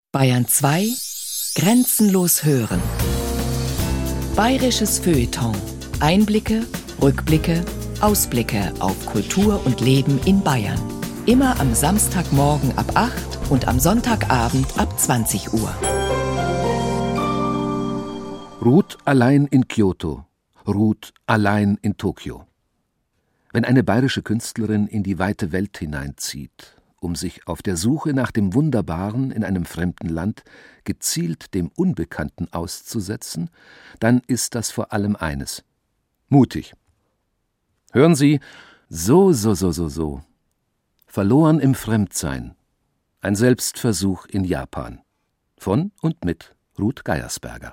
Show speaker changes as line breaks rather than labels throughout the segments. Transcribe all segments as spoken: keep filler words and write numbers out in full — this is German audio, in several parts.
Bayern zwei Grenzenlos hören. Bayerisches Feuilleton. Einblicke, Rückblicke, Ausblicke auf Kultur und Leben in Bayern. Immer am Samstagmorgen ab acht und am Sonntagabend ab zwanzig Uhr.
Ruth allein in Kyoto, Ruth allein in Tokio. Wenn eine bayerische Künstlerin in die weite Welt hineinzieht, um sich auf der Suche nach dem Wunderbaren in einem fremden Land gezielt dem Unbekannten auszusetzen, dann ist das vor allem eines: mutig. Hören Sie, so, so, so, so, so. Verloren im Fremdsein. Ein Selbstversuch in Japan. Von und mit Ruth Geiersberger.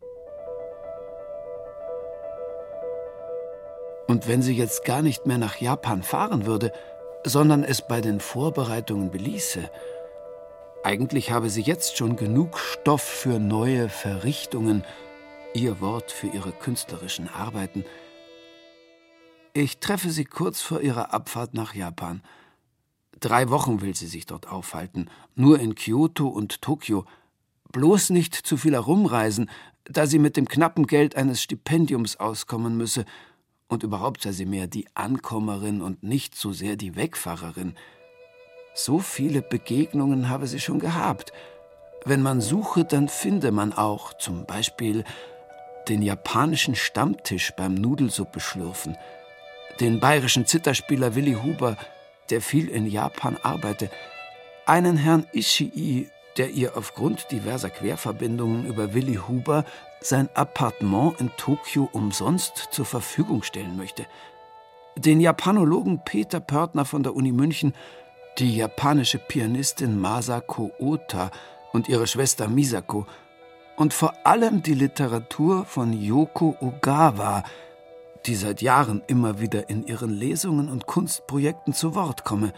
Und wenn sie jetzt gar nicht mehr nach Japan fahren würde, sondern es bei den Vorbereitungen beließe. Eigentlich habe sie jetzt schon genug Stoff für neue Verrichtungen, ihr Wort für ihre künstlerischen Arbeiten. Ich treffe sie kurz vor ihrer Abfahrt nach Japan. Drei Wochen will sie sich dort aufhalten, nur in Kyoto und Tokio. Bloß nicht zu viel herumreisen, da sie mit dem knappen Geld eines Stipendiums auskommen müsse. Und überhaupt sei sie mehr die Ankommerin und nicht so sehr die Wegfahrerin. So viele Begegnungen habe sie schon gehabt. Wenn man suche, dann finde man auch zum Beispiel den japanischen Stammtisch beim Nudelsuppe schlürfen, den bayerischen Zitherspieler Willi Huber, der viel in Japan arbeite, einen Herrn Ishii, der ihr aufgrund diverser Querverbindungen über Willi Huber sein Appartement in Tokio umsonst zur Verfügung stellen möchte, den Japanologen Peter Pörtner von der Uni München, die japanische Pianistin Masako Ota und ihre Schwester Misako und vor allem die Literatur von Yoko Ogawa, die seit Jahren immer wieder in ihren Lesungen und Kunstprojekten zu Wort komme.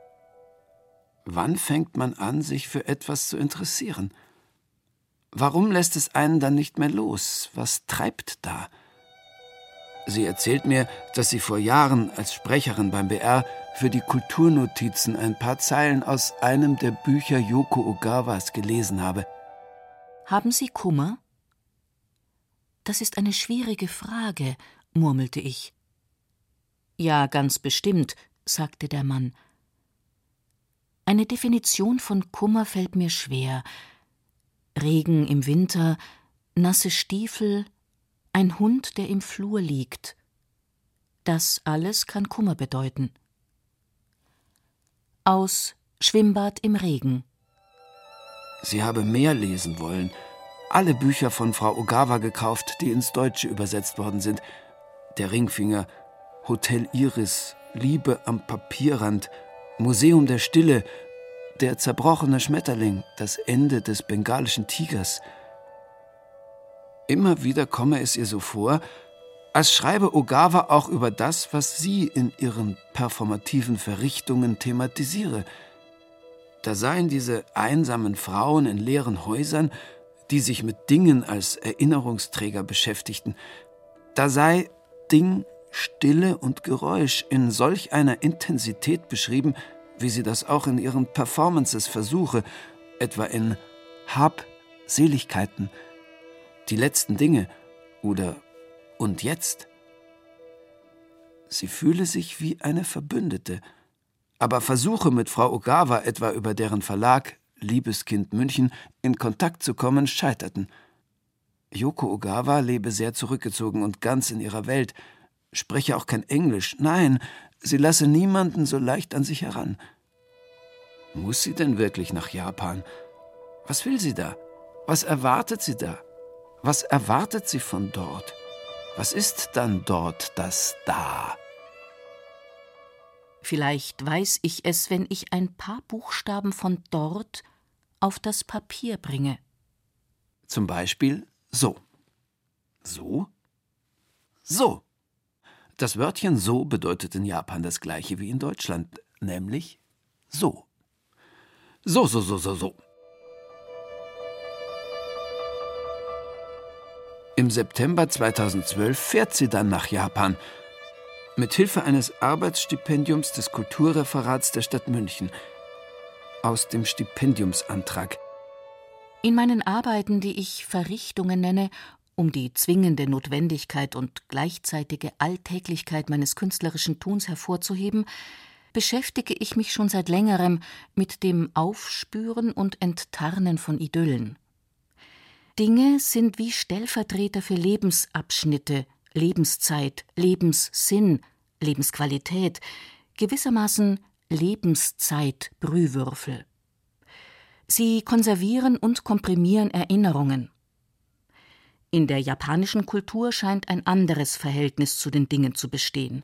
Wann fängt man an, sich für etwas zu interessieren? Warum lässt es einen dann nicht mehr los? Was treibt da? Sie erzählt mir, dass sie vor Jahren als Sprecherin beim B R für die Kulturnotizen ein paar Zeilen aus einem der Bücher Yoko Ogawas gelesen habe.
Haben Sie Kummer? Das ist eine schwierige Frage, murmelte ich. Ja, ganz bestimmt, sagte der Mann. Eine Definition von Kummer fällt mir schwer. Regen im Winter, nasse Stiefel, ein Hund, der im Flur liegt. Das alles kann Kummer bedeuten. Aus Schwimmbad im Regen.
Sie habe mehr lesen wollen. Alle Bücher von Frau Ogawa gekauft, die ins Deutsche übersetzt worden sind. Der Ringfinger, Hotel Iris, Liebe am Papierrand, Museum der Stille, Der zerbrochene Schmetterling, das Ende des bengalischen Tigers. Immer wieder komme es ihr so vor, als schreibe Ogawa auch über das, was sie in ihren performativen Verrichtungen thematisiere. Da seien diese einsamen Frauen in leeren Häusern, die sich mit Dingen als Erinnerungsträger beschäftigten. Da sei Ding, Stille und Geräusch in solch einer Intensität beschrieben, wie sie das auch in ihren Performances versuche, etwa in Habseligkeiten, Die letzten Dinge oder Und jetzt. Sie fühle sich wie eine Verbündete, aber Versuche mit Frau Ogawa, etwa über deren Verlag Liebeskind München, in Kontakt zu kommen, scheiterten. Yoko Ogawa lebe sehr zurückgezogen und ganz in ihrer Welt, spreche auch kein Englisch. Nein, sie lasse niemanden so leicht an sich heran. Muss sie denn wirklich nach Japan? Was will sie da? Was erwartet sie da? Was erwartet sie von dort? Was ist dann dort das Da?
Vielleicht weiß ich es, wenn ich ein paar Buchstaben von dort auf das Papier bringe.
Zum Beispiel so. So? So. Das Wörtchen so bedeutet in Japan das gleiche wie in Deutschland, nämlich so. So, so, so, so, so. Im September zweitausendzwölf fährt sie dann nach Japan. Mit Hilfe eines Arbeitsstipendiums des Kulturreferats der Stadt München. Aus dem Stipendiumsantrag.
In meinen Arbeiten, die ich Verrichtungen nenne, um die zwingende Notwendigkeit und gleichzeitige Alltäglichkeit meines künstlerischen Tuns hervorzuheben, beschäftige ich mich schon seit längerem mit dem Aufspüren und Enttarnen von Idyllen. Dinge sind wie Stellvertreter für Lebensabschnitte, Lebenszeit, Lebenssinn, Lebensqualität, gewissermaßen Lebenszeit-Brühwürfel. Sie konservieren und komprimieren Erinnerungen. In der japanischen Kultur scheint ein anderes Verhältnis zu den Dingen zu bestehen.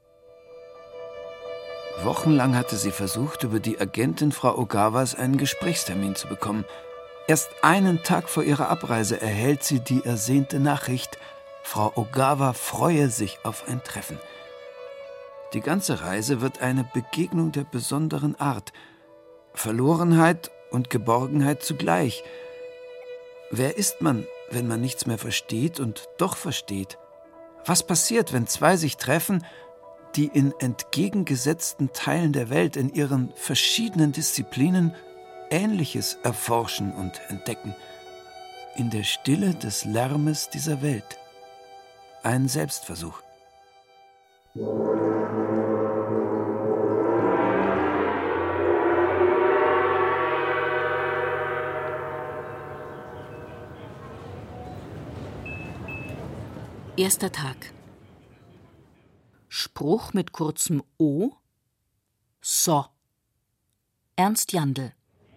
Wochenlang hatte sie versucht, über die Agentin Frau Ogawas einen Gesprächstermin zu bekommen. Erst einen Tag vor ihrer Abreise erhält sie die ersehnte Nachricht, Frau Ogawa freue sich auf ein Treffen. Die ganze Reise wird eine Begegnung der besonderen Art. Verlorenheit und Geborgenheit zugleich. Wer ist man, wenn man nichts mehr versteht und doch versteht? Was passiert, wenn zwei sich treffen, die in entgegengesetzten Teilen der Welt in ihren verschiedenen Disziplinen Ähnliches erforschen und entdecken? In der Stille des Lärmes dieser Welt. Ein Selbstversuch.
Erster Tag. Spruch mit kurzem O. So. Ernst Jandl.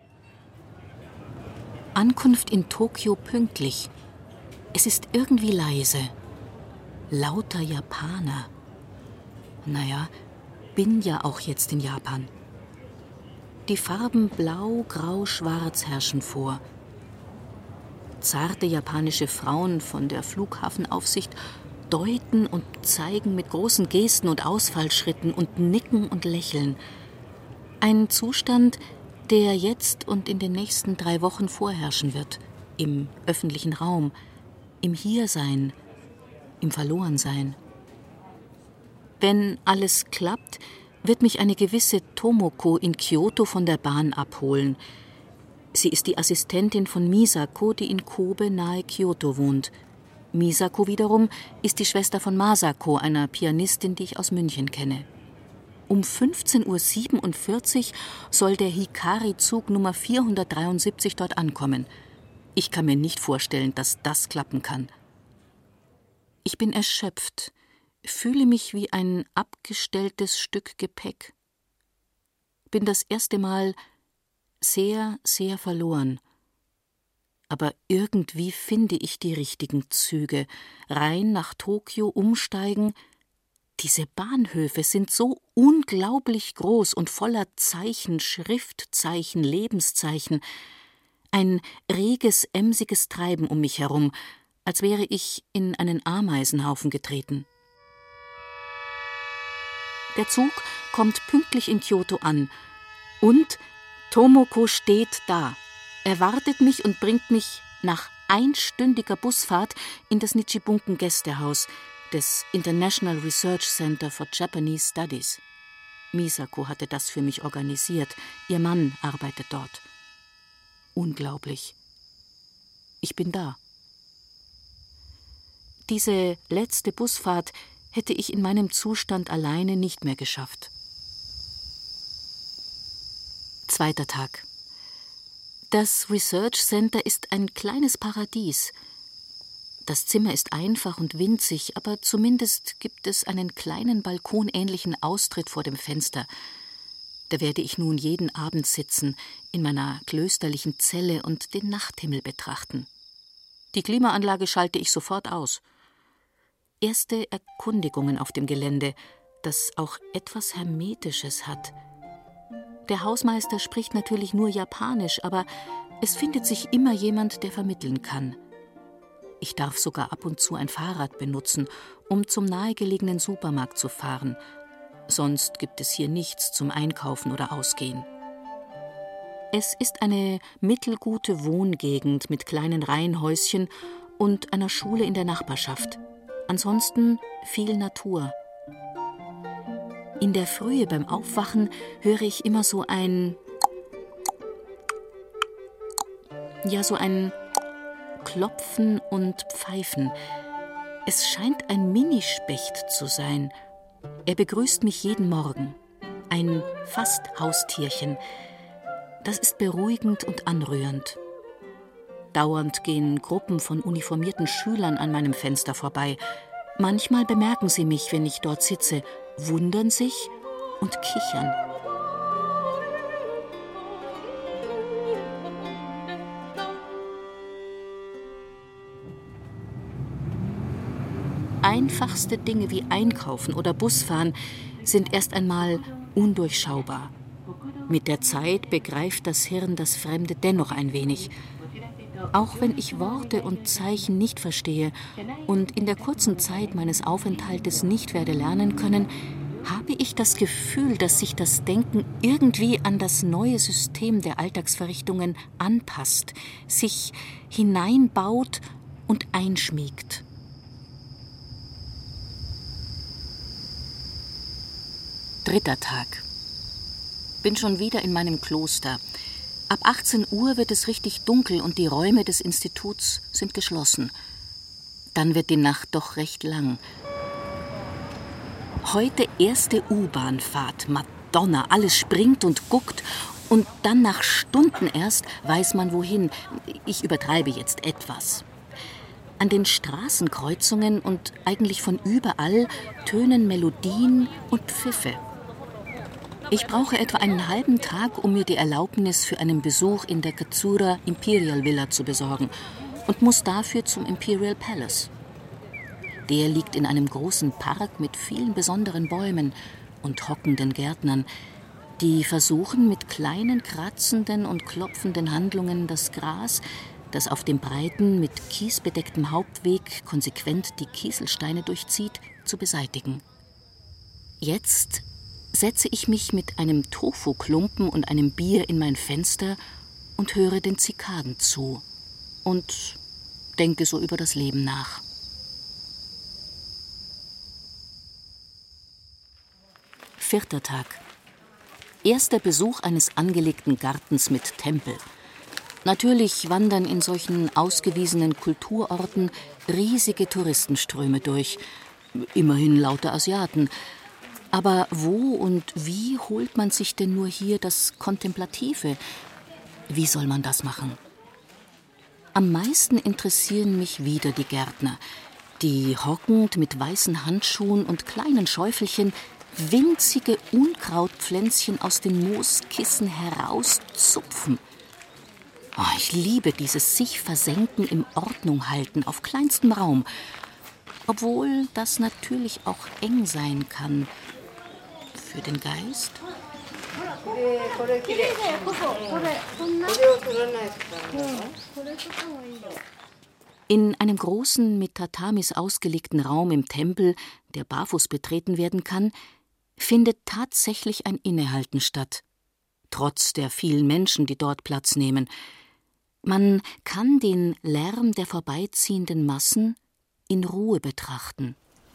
Ankunft in Tokio pünktlich. Es ist irgendwie leise. Lauter Japaner. Naja, bin ja auch jetzt in Japan. Die Farben Blau, Grau, Schwarz herrschen vor. Zarte japanische Frauen von der Flughafenaufsicht deuten und zeigen mit großen Gesten und Ausfallschritten und nicken und lächeln. Ein Zustand, der jetzt und in den nächsten drei Wochen vorherrschen wird. Im öffentlichen Raum, im Hiersein, im Verlorensein. Wenn alles klappt, wird mich eine gewisse Tomoko in Kyoto von der Bahn abholen. Sie ist die Assistentin von Misako, die in Kobe nahe Kyoto wohnt. Misako wiederum ist die Schwester von Masako, einer Pianistin, die ich aus München kenne. Um fünfzehn Uhr siebenundvierzig soll der Hikari-Zug Nummer vierhundertdreiundsiebzig dort ankommen. Ich kann mir nicht vorstellen, dass das klappen kann. Ich bin erschöpft, fühle mich wie ein abgestelltes Stück Gepäck. Bin das erste Mal sehr, sehr verloren. Aber irgendwie finde ich die richtigen Züge. Rein nach Tokio umsteigen. Diese Bahnhöfe sind so unglaublich groß und voller Zeichen, Schriftzeichen, Lebenszeichen. Ein reges, emsiges Treiben um mich herum, als wäre ich in einen Ameisenhaufen getreten. Der Zug kommt pünktlich in Kyoto an. Und Tomoko steht da, erwartet mich und bringt mich nach einstündiger Busfahrt in das Nichibunken-Gästehaus des International Research Center for Japanese Studies. Misako hatte das für mich organisiert. Ihr Mann arbeitet dort. Unglaublich. Ich bin da. Diese letzte Busfahrt hätte ich in meinem Zustand alleine nicht mehr geschafft. Zweiter Tag. Das Research Center ist ein kleines Paradies. Das Zimmer ist einfach und winzig, aber zumindest gibt es einen kleinen balkonähnlichen Austritt vor dem Fenster. Da werde ich nun jeden Abend sitzen, in meiner klösterlichen Zelle und den Nachthimmel betrachten. Die Klimaanlage schalte ich sofort aus. Erste Erkundigungen auf dem Gelände, das auch etwas Hermetisches hat. Der Hausmeister spricht natürlich nur Japanisch, aber es findet sich immer jemand, der vermitteln kann. Ich darf sogar ab und zu ein Fahrrad benutzen, um zum nahegelegenen Supermarkt zu fahren. Sonst gibt es hier nichts zum Einkaufen oder Ausgehen. Es ist eine mittelgute Wohngegend mit kleinen Reihenhäuschen und einer Schule in der Nachbarschaft. Ansonsten viel Natur. In der Frühe beim Aufwachen höre ich immer so ein... Ja, so ein Klopfen und Pfeifen. Es scheint ein Minispecht zu sein. Er begrüßt mich jeden Morgen. Ein fast Haustierchen. Das ist beruhigend und anrührend. Dauernd gehen Gruppen von uniformierten Schülern an meinem Fenster vorbei. Manchmal bemerken sie mich, wenn ich dort sitze, wundern sich und kichern. Einfachste Dinge wie Einkaufen oder Busfahren sind erst einmal undurchschaubar. Mit der Zeit begreift das Hirn das Fremde dennoch ein wenig. Auch wenn ich Worte und Zeichen nicht verstehe und in der kurzen Zeit meines Aufenthaltes nicht werde lernen können, habe ich das Gefühl, dass sich das Denken irgendwie an das neue System der Alltagsverrichtungen anpasst, sich hineinbaut und einschmiegt. Dritter Tag. Bin schon wieder in meinem Kloster. Ab achtzehn Uhr wird es richtig dunkel und die Räume des Instituts sind geschlossen. Dann wird die Nacht doch recht lang. Heute erste U-Bahn-Fahrt. Madonna, alles springt und guckt. Und dann nach Stunden erst weiß man wohin. Ich übertreibe jetzt etwas. An den Straßenkreuzungen und eigentlich von überall tönen Melodien und Pfiffe. Ich brauche etwa einen halben Tag, um mir die Erlaubnis für einen Besuch in der Katsura Imperial Villa zu besorgen und muss dafür zum Imperial Palace. Der liegt in einem großen Park mit vielen besonderen Bäumen und hockenden Gärtnern, die versuchen, mit kleinen kratzenden und klopfenden Handlungen das Gras, das auf dem breiten, mit Kies bedecktem Hauptweg konsequent die Kieselsteine durchzieht, zu beseitigen. Jetzt setze ich mich mit einem Tofu-Klumpen und einem Bier in mein Fenster und höre den Zikaden zu und denke so über das Leben nach. Vierter Tag. Erster Besuch eines angelegten Gartens mit Tempel. Natürlich wandern in solchen ausgewiesenen Kulturorten riesige Touristenströme durch. Immerhin lauter Asiaten. Aber wo und wie holt man sich denn nur hier das Kontemplative? Wie soll man das machen? Am meisten interessieren mich wieder die Gärtner, die hockend mit weißen Handschuhen und kleinen Schäufelchen winzige Unkrautpflänzchen aus den Mooskissen herauszupfen. Oh, ich liebe dieses sich versenken im Ordnung halten auf kleinstem Raum, obwohl das natürlich auch eng sein kann. Für den Geist? In einem großen, mit Tatamis ausgelegten Raum im Tempel, der barfuß betreten werden kann, findet tatsächlich ein Innehalten statt. Trotz der vielen Menschen, die dort Platz nehmen. Man kann den Lärm der vorbeiziehenden Massen in Ruhe betrachten.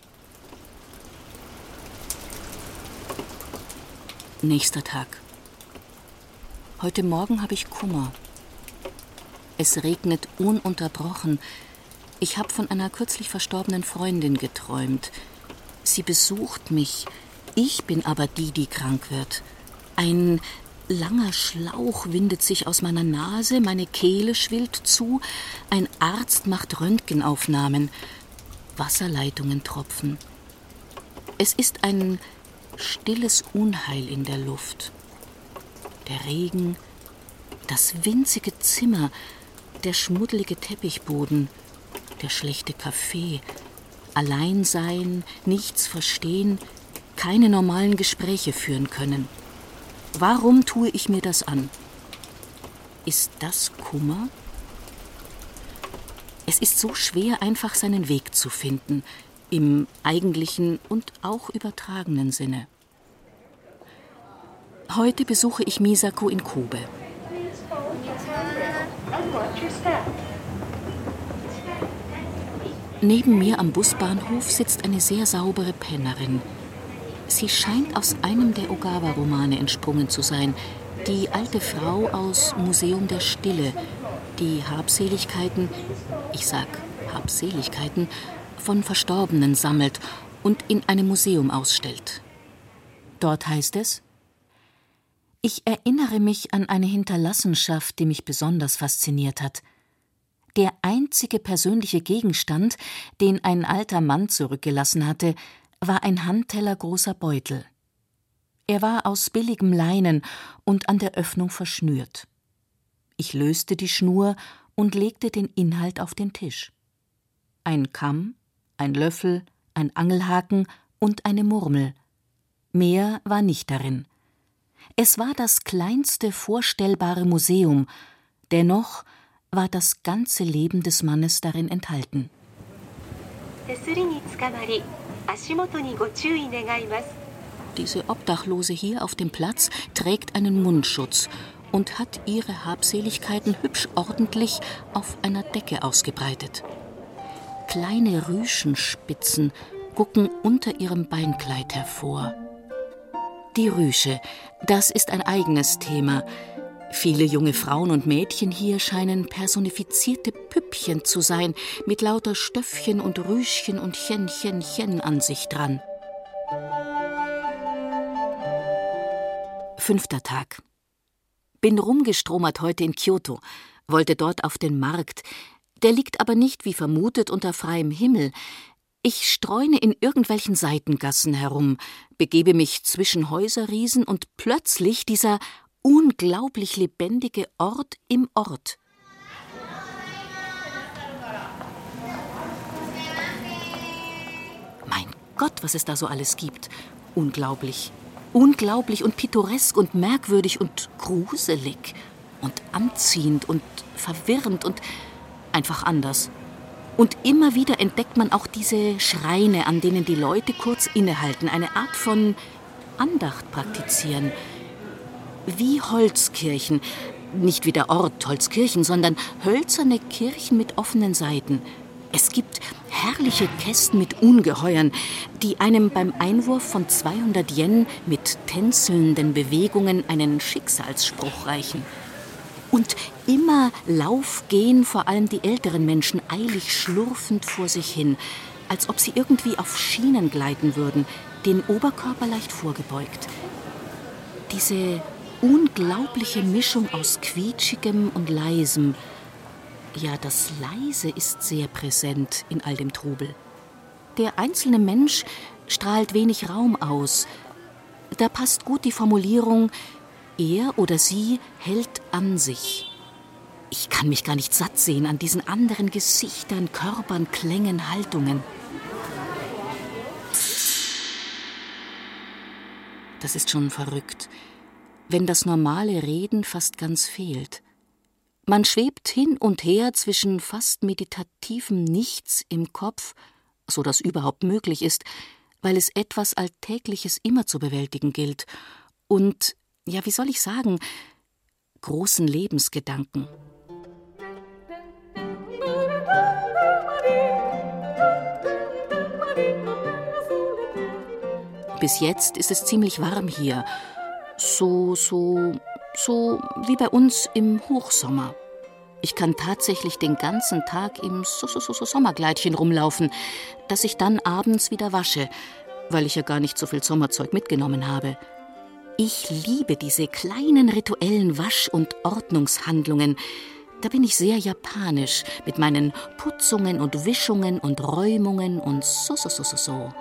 Nächster Tag. Heute Morgen habe ich Kummer. Es regnet ununterbrochen. Ich habe von einer kürzlich verstorbenen Freundin geträumt. Sie besucht mich. Ich bin aber die, die krank wird. Ein langer Schlauch windet sich aus meiner Nase, meine Kehle schwillt zu. Ein Arzt macht Röntgenaufnahmen. Wasserleitungen tropfen. Es ist ein stilles Unheil in der Luft. Der Regen, das winzige Zimmer, der schmuddelige Teppichboden, der schlechte Kaffee, Alleinsein, nichts verstehen, keine normalen Gespräche führen können. Warum tue ich mir das an? Ist das Kummer? Es ist so schwer, einfach seinen Weg zu finden, im eigentlichen und auch übertragenen Sinne. Heute besuche ich Misako in Kobe. Neben mir am Busbahnhof sitzt eine sehr saubere Pennerin. Sie scheint aus einem der Ogawa-Romane entsprungen zu sein, die alte Frau aus Museum der Stille, die Habseligkeiten, ich sag Habseligkeiten, von Verstorbenen sammelt und in einem Museum ausstellt. Dort heißt es: Ich erinnere mich an eine Hinterlassenschaft, die mich besonders fasziniert hat. Der einzige persönliche Gegenstand, den ein alter Mann zurückgelassen hatte, war ein handtellergroßer Beutel. Er war aus billigem Leinen und an der Öffnung verschnürt. Ich löste die Schnur und legte den Inhalt auf den Tisch. Ein Kamm, ein Löffel, ein Angelhaken und eine Murmel. Mehr war nicht darin. Es war das kleinste vorstellbare Museum, dennoch war das ganze Leben des Mannes darin enthalten. Diese Obdachlose hier auf dem Platz trägt einen Mundschutz und hat ihre Habseligkeiten hübsch ordentlich auf einer Decke ausgebreitet. Kleine Rüschenspitzen gucken unter ihrem Beinkleid hervor. Die Rüsche, das ist ein eigenes Thema. Viele junge Frauen und Mädchen hier scheinen personifizierte Püppchen zu sein, mit lauter Stöffchen und Rüschen und Chen, Chen, Chen an sich dran. Fünfter Tag. Bin rumgestromert heute in Kyoto, wollte dort auf den Markt. Der liegt aber nicht, wie vermutet, unter freiem Himmel. Ich streune in irgendwelchen Seitengassen herum, begebe mich zwischen Häuserriesen und plötzlich dieser unglaublich lebendige Ort im Ort. Mein Gott, was es da so alles gibt. Unglaublich. Unglaublich und pittoresk und merkwürdig und gruselig und anziehend und verwirrend und einfach anders. Und immer wieder entdeckt man auch diese Schreine, an denen die Leute kurz innehalten, eine Art von Andacht praktizieren. Wie Holzkirchen, nicht wie der Ort Holzkirchen, sondern hölzerne Kirchen mit offenen Seiten. Es gibt herrliche Kästen mit Ungeheuern, die einem beim Einwurf von zweihundert Yen mit tänzelnden Bewegungen einen Schicksalsspruch reichen. Und immer Lauf gehen vor allem die älteren Menschen eilig schlurfend vor sich hin, als ob sie irgendwie auf Schienen gleiten würden, den Oberkörper leicht vorgebeugt. Diese unglaubliche Mischung aus Quietschigem und Leisem. Ja, das Leise ist sehr präsent in all dem Trubel. Der einzelne Mensch strahlt wenig Raum aus. Da passt gut die Formulierung: Er oder sie hält an sich. Ich kann mich gar nicht satt sehen an diesen anderen Gesichtern, Körpern, Klängen, Haltungen. Das ist schon verrückt, wenn das normale Reden fast ganz fehlt. Man schwebt hin und her zwischen fast meditativem Nichts im Kopf, so das überhaupt möglich ist, weil es etwas Alltägliches immer zu bewältigen gilt, und, ja, wie soll ich sagen, großen Lebensgedanken. Bis jetzt ist es ziemlich warm hier. So, so, so wie bei uns im Hochsommer. Ich kann tatsächlich den ganzen Tag im so, so, so, so Sommerkleidchen rumlaufen, das ich dann abends wieder wasche, weil ich ja gar nicht so viel Sommerzeug mitgenommen habe. Ich liebe diese kleinen rituellen Wasch- und Ordnungshandlungen. Da bin ich sehr japanisch mit meinen Putzungen und Wischungen und Räumungen und so, so, so, so, so.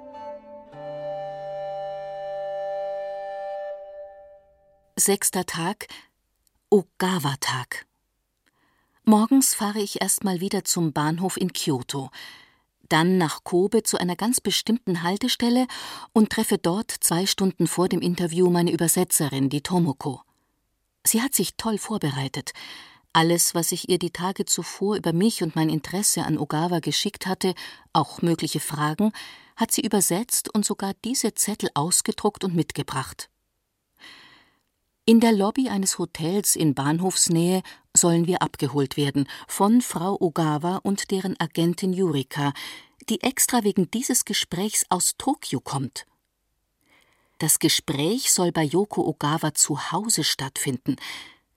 Sechster Tag, Ogawa-Tag. Morgens fahre ich erst mal wieder zum Bahnhof in Kyoto, dann nach Kobe zu einer ganz bestimmten Haltestelle und treffe dort zwei Stunden vor dem Interview meine Übersetzerin, die Tomoko. Sie hat sich toll vorbereitet. Alles, was ich ihr die Tage zuvor über mich und mein Interesse an Ogawa geschickt hatte, auch mögliche Fragen, hat sie übersetzt und sogar diese Zettel ausgedruckt und mitgebracht. In der Lobby eines Hotels in Bahnhofsnähe sollen wir abgeholt werden von Frau Ogawa und deren Agentin Yurika, die extra wegen dieses Gesprächs aus Tokio kommt. Das Gespräch soll bei Yoko Ogawa zu Hause stattfinden.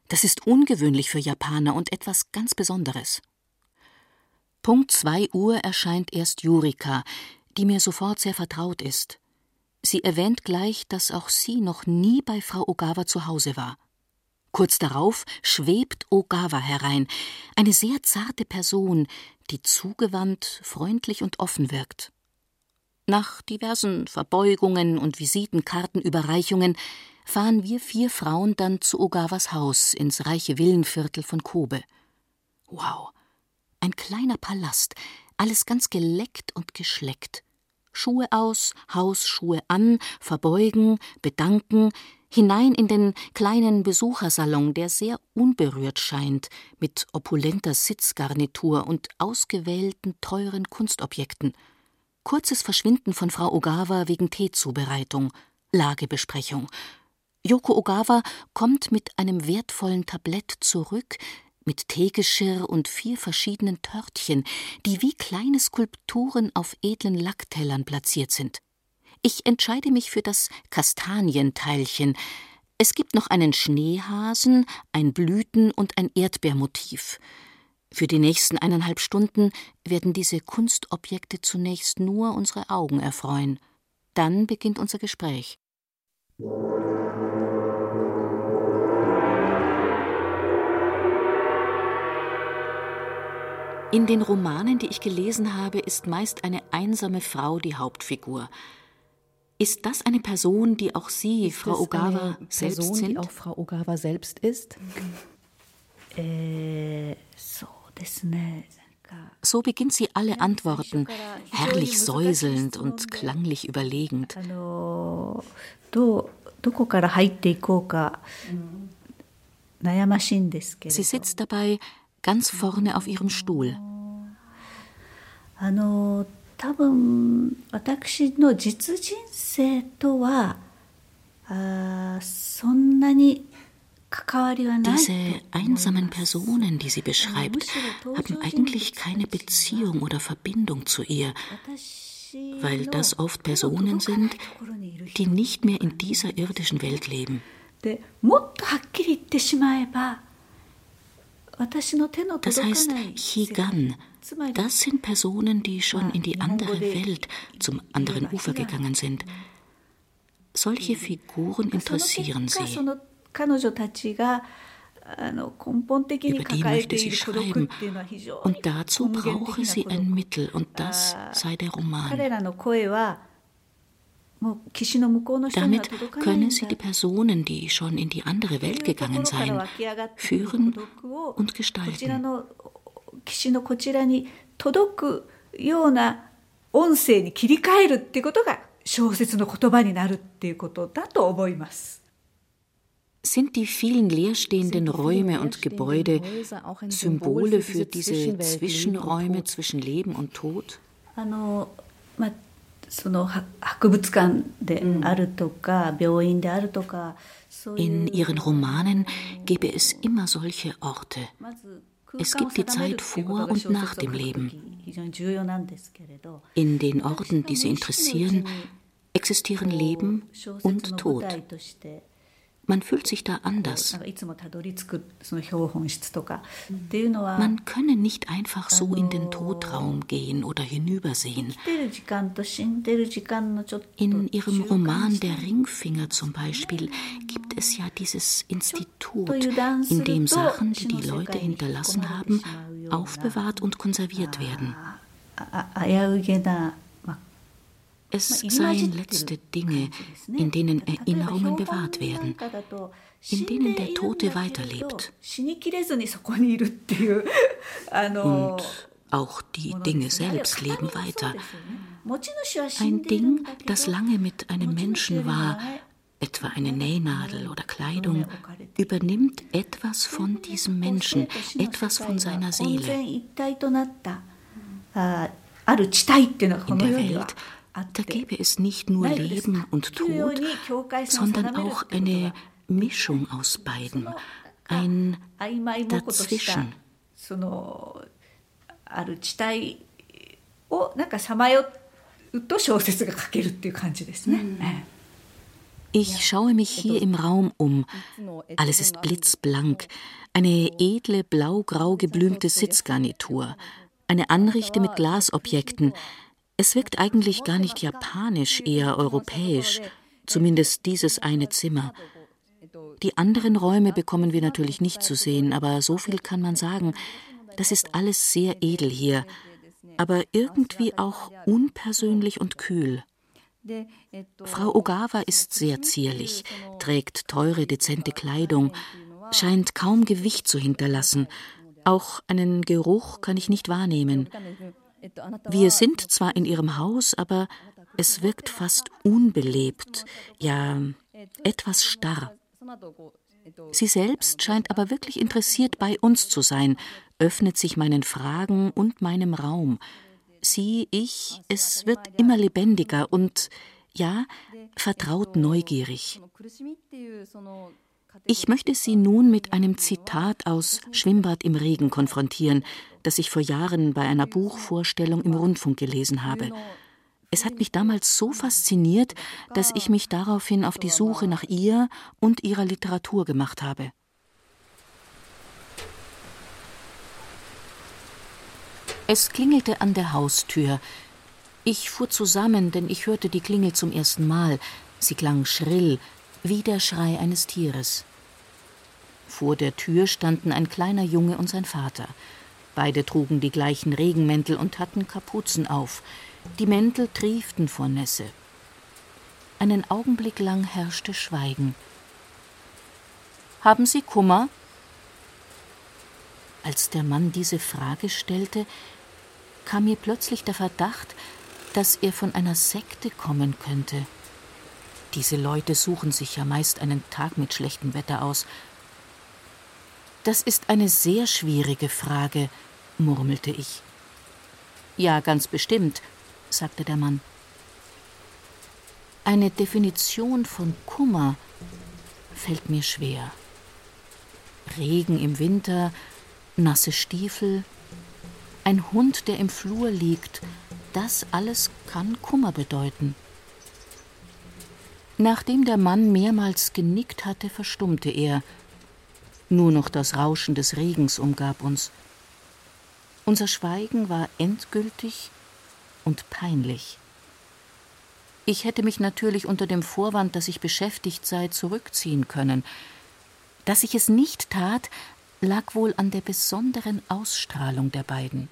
Das ist ungewöhnlich für Japaner und etwas ganz Besonderes. Punkt zwei Uhr erscheint erst Yurika, die mir sofort sehr vertraut ist. Sie erwähnt gleich, dass auch sie noch nie bei Frau Ogawa zu Hause war. Kurz darauf schwebt Ogawa herein, eine sehr zarte Person, die zugewandt, freundlich und offen wirkt. Nach diversen Verbeugungen und Visitenkartenüberreichungen fahren wir vier Frauen dann zu Ogawas Haus ins reiche Villenviertel von Kobe. Wow, ein kleiner Palast, alles ganz geleckt und geschleckt. Schuhe aus, Hausschuhe an, verbeugen, bedanken, hinein in den kleinen Besuchersalon, der sehr unberührt scheint, mit opulenter Sitzgarnitur und ausgewählten teuren Kunstobjekten. Kurzes Verschwinden von Frau Ogawa wegen Teezubereitung, Lagebesprechung. Yoko Ogawa kommt mit einem wertvollen Tablett zurück, mit Teegeschirr und vier verschiedenen Törtchen, die wie kleine Skulpturen auf edlen Lacktellern platziert sind. Ich entscheide mich für das Kastanienteilchen. Es gibt noch einen Schneehasen, ein Blüten- und ein Erdbeermotiv. Für die nächsten eineinhalb Stunden werden diese Kunstobjekte zunächst nur unsere Augen erfreuen. Dann beginnt unser Gespräch. In den Romanen, die ich gelesen habe, ist meist eine einsame Frau die Hauptfigur. Ist das eine Person, die auch Sie, ist Frau Ogawa, selbst Person, sind?
Die auch Frau Ogawa selbst ist?
Äh, so, das ne.
So beginnt sie alle Antworten, herrlich säuselnd und klanglich überlegend. Sie sitzt dabei ganz vorne auf ihrem Stuhl. Diese einsamen Personen, die sie beschreibt, haben eigentlich keine Beziehung oder Verbindung zu ihr, weil das oft Personen sind, die nicht mehr in dieser irdischen Welt leben. Das heißt, Higan, das sind Personen, die schon in die andere Welt, zum anderen Ufer gegangen sind. Solche Figuren interessieren sie. Über die möchte sie schreiben, und dazu brauche sie ein Mittel, und das sei der Roman. Damit könne sie die Personen, die schon in die andere Welt gegangen seien, führen und gestalten. Sind die vielen leerstehenden Räume und Gebäude Symbole für diese Zwischenräume zwischen Leben und Tod? In ihren Romanen gäbe es immer solche Orte. Es gibt die Zeit vor und nach dem Leben. In den Orten, die sie interessieren, existieren Leben und Tod. Man fühlt sich da anders. Man könne nicht einfach so in den Todraum gehen oder hinübersehen. In ihrem Roman Der Ringfinger zum Beispiel gibt es ja dieses Institut, in dem Sachen, die die Leute hinterlassen haben, aufbewahrt und konserviert werden. Es seien letzte Dinge, in denen Erinnerungen bewahrt werden, in denen der Tote weiterlebt. Und auch die Dinge selbst leben weiter. Ein Ding, das lange mit einem Menschen war, etwa eine Nähnadel oder Kleidung, übernimmt etwas von diesem Menschen, etwas von seiner Seele. In der Welt, da gäbe es nicht nur Leben und Tod, sondern auch eine Mischung aus beidem, ein Dazwischen. Ich schaue mich hier im Raum um. Alles ist blitzblank. Eine edle, blau-grau geblümte Sitzgarnitur. Eine Anrichte mit Glasobjekten. Es wirkt eigentlich gar nicht japanisch, eher europäisch. Zumindest dieses eine Zimmer. Die anderen Räume bekommen wir natürlich nicht zu sehen, aber so viel kann man sagen. Das ist alles sehr edel hier, aber irgendwie auch unpersönlich und kühl. Frau Ogawa ist sehr zierlich, trägt teure, dezente Kleidung, scheint kaum Gewicht zu hinterlassen. Auch einen Geruch kann ich nicht wahrnehmen. Wir sind zwar in ihrem Haus, aber es wirkt fast unbelebt, ja, etwas starr. Sie selbst scheint aber wirklich interessiert, bei uns zu sein, öffnet sich meinen Fragen und meinem Raum. Sie, ich, es wird immer lebendiger und, ja, vertraut neugierig. Ich möchte Sie nun mit einem Zitat aus Schwimmbad im Regen konfrontieren, das ich vor Jahren bei einer Buchvorstellung im Rundfunk gelesen habe. Es hat mich damals so fasziniert, dass ich mich daraufhin auf die Suche nach ihr und ihrer Literatur gemacht habe. Es klingelte an der Haustür. Ich fuhr zusammen, denn ich hörte die Klingel zum ersten Mal. Sie klang schrill, wie der Schrei eines Tieres. Vor der Tür standen ein kleiner Junge und sein Vater. Beide trugen die gleichen Regenmäntel und hatten Kapuzen auf. Die Mäntel trieften vor Nässe. Einen Augenblick lang herrschte Schweigen. »Haben Sie Kummer?« Als der Mann diese Frage stellte, kam mir plötzlich der Verdacht, dass er von einer Sekte kommen könnte. Diese Leute suchen sich ja meist einen Tag mit schlechtem Wetter aus. »Das ist eine sehr schwierige Frage«, murmelte ich. »Ja, ganz bestimmt«, sagte der Mann. Eine Definition von Kummer fällt mir schwer. Regen im Winter, nasse Stiefel, ein Hund, der im Flur liegt, das alles kann Kummer bedeuten. Nachdem der Mann mehrmals genickt hatte, verstummte er. Nur noch das Rauschen des Regens umgab uns. Unser Schweigen war endgültig und peinlich. Ich hätte mich natürlich unter dem Vorwand, dass ich beschäftigt sei, zurückziehen können. Dass ich es nicht tat, lag wohl an der besonderen Ausstrahlung der beiden.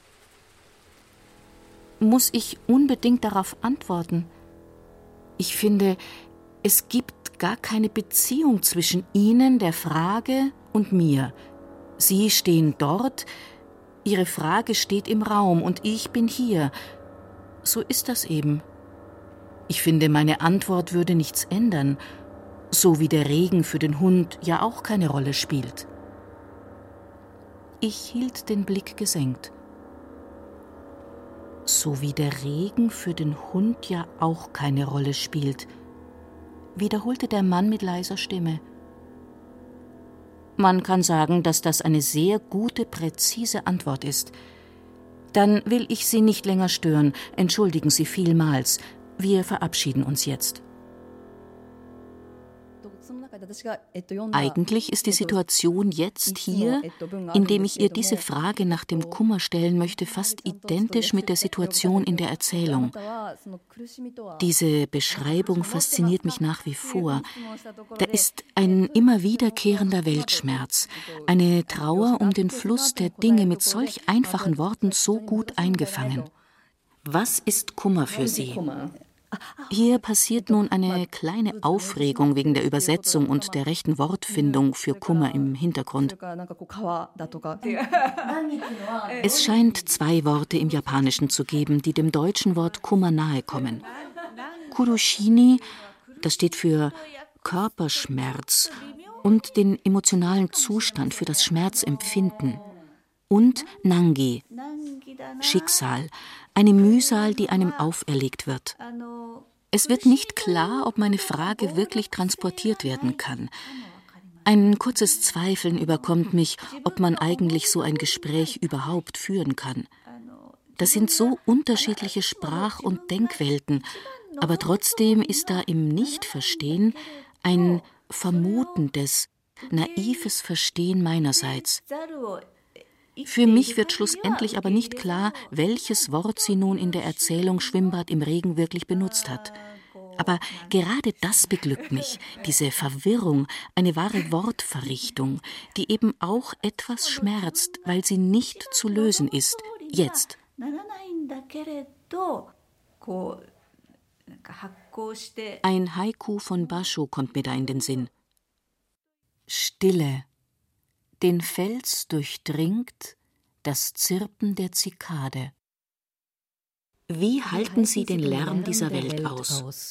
Muss ich unbedingt darauf antworten? Ich finde, es gibt gar keine Beziehung zwischen Ihnen, der Frage, und mir. Sie stehen dort, Ihre Frage steht im Raum und ich bin hier. So ist das eben. Ich finde, meine Antwort würde nichts ändern, so wie der Regen für den Hund ja auch keine Rolle spielt. Ich hielt den Blick gesenkt. So wie der Regen für den Hund ja auch keine Rolle spielt, wiederholte der Mann mit leiser Stimme. Man kann sagen, dass das eine sehr gute, präzise Antwort ist. Dann will ich Sie nicht länger stören. Entschuldigen Sie vielmals. Wir verabschieden uns jetzt. Eigentlich ist die Situation jetzt hier, indem ich ihr diese Frage nach dem Kummer stellen möchte, fast identisch mit der Situation in der Erzählung. Diese Beschreibung fasziniert mich nach wie vor. Da ist ein immer wiederkehrender Weltschmerz, eine Trauer um den Fluss der Dinge mit solch einfachen Worten so gut eingefangen. Was ist Kummer für Sie? Hier passiert nun eine kleine Aufregung wegen der Übersetzung und der rechten Wortfindung für Kummer im Hintergrund. Es scheint zwei Worte im Japanischen zu geben, die dem deutschen Wort Kummer nahe kommen. Kurushini, das steht für Körperschmerz und den emotionalen Zustand für das Schmerzempfinden. Und Nangi, Schicksal, eine Mühsal, die einem auferlegt wird. Es wird nicht klar, ob meine Frage wirklich transportiert werden kann. Ein kurzes Zweifeln überkommt mich, ob man eigentlich so ein Gespräch überhaupt führen kann. Das sind so unterschiedliche Sprach- und Denkwelten, aber trotzdem ist da im Nichtverstehen Ein vermutendes, naives Verstehen meinerseits. Für mich wird schlussendlich aber nicht klar, welches Wort sie nun in der Erzählung Schwimmbad im Regen wirklich benutzt hat. Aber gerade das beglückt mich, diese Verwirrung, eine wahre Wortverrichtung, die eben auch etwas schmerzt, weil sie nicht zu lösen ist, jetzt. Ein Haiku von Basho kommt mir da in den Sinn. Stille. Den Fels durchdringt das Zirpen der Zikade. Wie halten Sie den Lärm dieser Welt aus?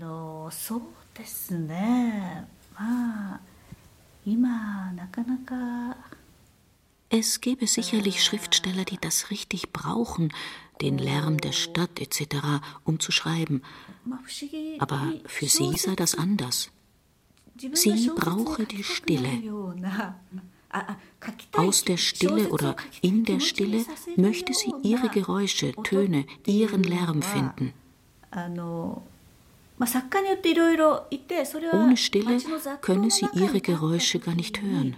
Es gäbe sicherlich Schriftsteller, die das richtig brauchen, den Lärm der Stadt et cetera, um zu schreiben. Aber für sie sei das anders. Sie brauche die Stille. Aus der Stille oder in der Stille möchte sie ihre Geräusche, Töne, ihren Lärm finden. Ohne Stille könne sie ihre Geräusche gar nicht hören.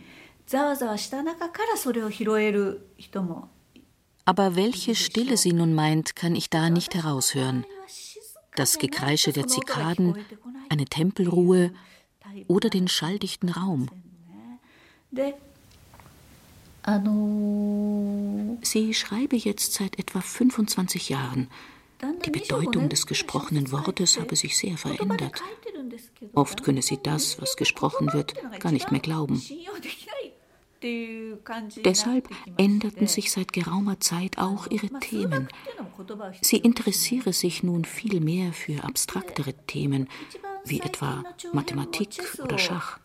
Aber welche Stille sie nun meint, kann ich da nicht heraushören. Das Gekreische der Zikaden, eine Tempelruhe oder den schalldichten Raum. Sie schreibe jetzt seit etwa fünfundzwanzig Jahren. Die Bedeutung des gesprochenen Wortes habe sich sehr verändert. Oft könne sie das, was gesprochen wird, gar nicht mehr glauben. Deshalb änderten sich seit geraumer Zeit auch ihre Themen. Sie interessiere sich nun viel mehr für abstraktere Themen, wie etwa Mathematik oder Schach.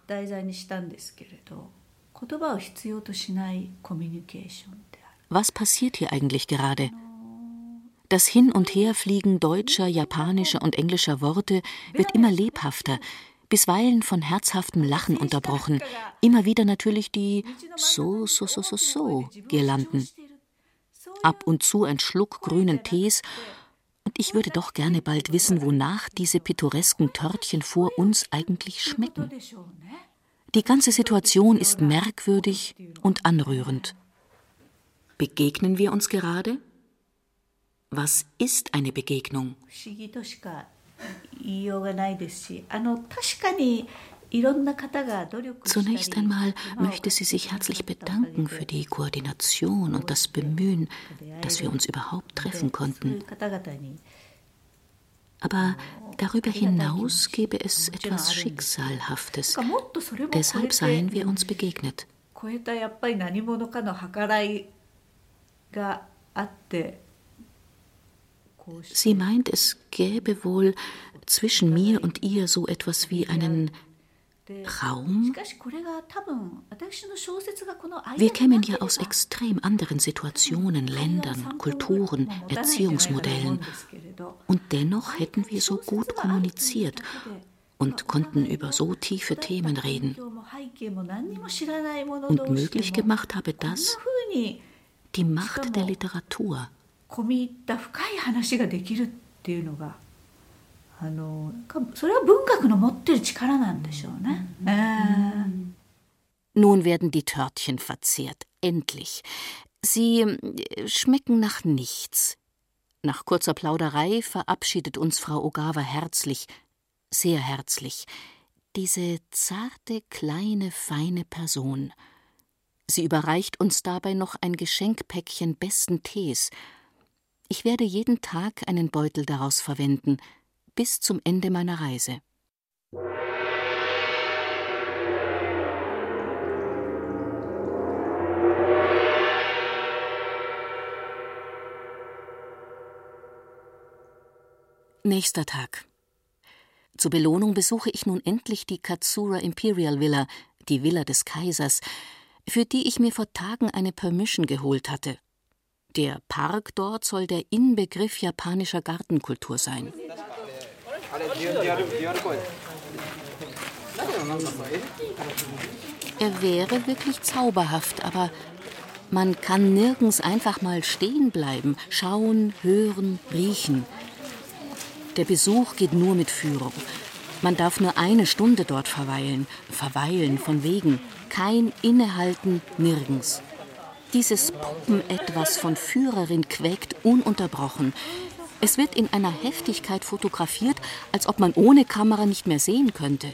Was passiert hier eigentlich gerade? Das Hin- und Herfliegen deutscher, japanischer und englischer Worte wird immer lebhafter, bisweilen von herzhaftem Lachen unterbrochen, immer wieder natürlich die so, so, so, so, so Girlanden. Ab und zu ein Schluck grünen Tees, und ich würde doch gerne bald wissen, wonach diese pittoresken Törtchen vor uns eigentlich schmecken. Die ganze Situation ist merkwürdig und anrührend. Begegnen wir uns gerade? Was ist eine Begegnung? Zunächst einmal möchte sie sich herzlich bedanken für die Koordination und das Bemühen, dass wir uns überhaupt treffen konnten. Aber darüber hinaus gäbe es etwas Schicksalhaftes. Deshalb seien wir uns begegnet. Sie meint, es gäbe wohl zwischen mir und ihr so etwas wie einen Raum. Wir kämen ja aus extrem anderen Situationen, Ländern, Kulturen, Erziehungsmodellen. Und dennoch hätten wir so gut kommuniziert und konnten über so tiefe Themen reden. Und möglich gemacht habe das die Macht der Literatur. Nun werden die Törtchen verzehrt, endlich. Sie schmecken nach nichts. Nach kurzer Plauderei verabschiedet uns Frau Ogawa herzlich, sehr herzlich, diese zarte, kleine, feine Person. Sie überreicht uns dabei noch ein Geschenkpäckchen besten Tees. Ich werde jeden Tag einen Beutel daraus verwenden, bis zum Ende meiner Reise. Nächster Tag. Zur Belohnung besuche ich nun endlich die Katsura Imperial Villa, die Villa des Kaisers, für die ich mir vor Tagen eine Permission geholt hatte. Der Park dort soll der Inbegriff japanischer Gartenkultur sein. Er wäre wirklich zauberhaft, aber man kann nirgends einfach mal stehen bleiben, schauen, hören, riechen. Der Besuch geht nur mit Führung. Man darf nur eine Stunde dort verweilen. Verweilen von wegen. Kein Innehalten, nirgends. Dieses Puppenetwas von Führerin quäkt ununterbrochen. Es wird in einer Heftigkeit fotografiert, als ob man ohne Kamera nicht mehr sehen könnte.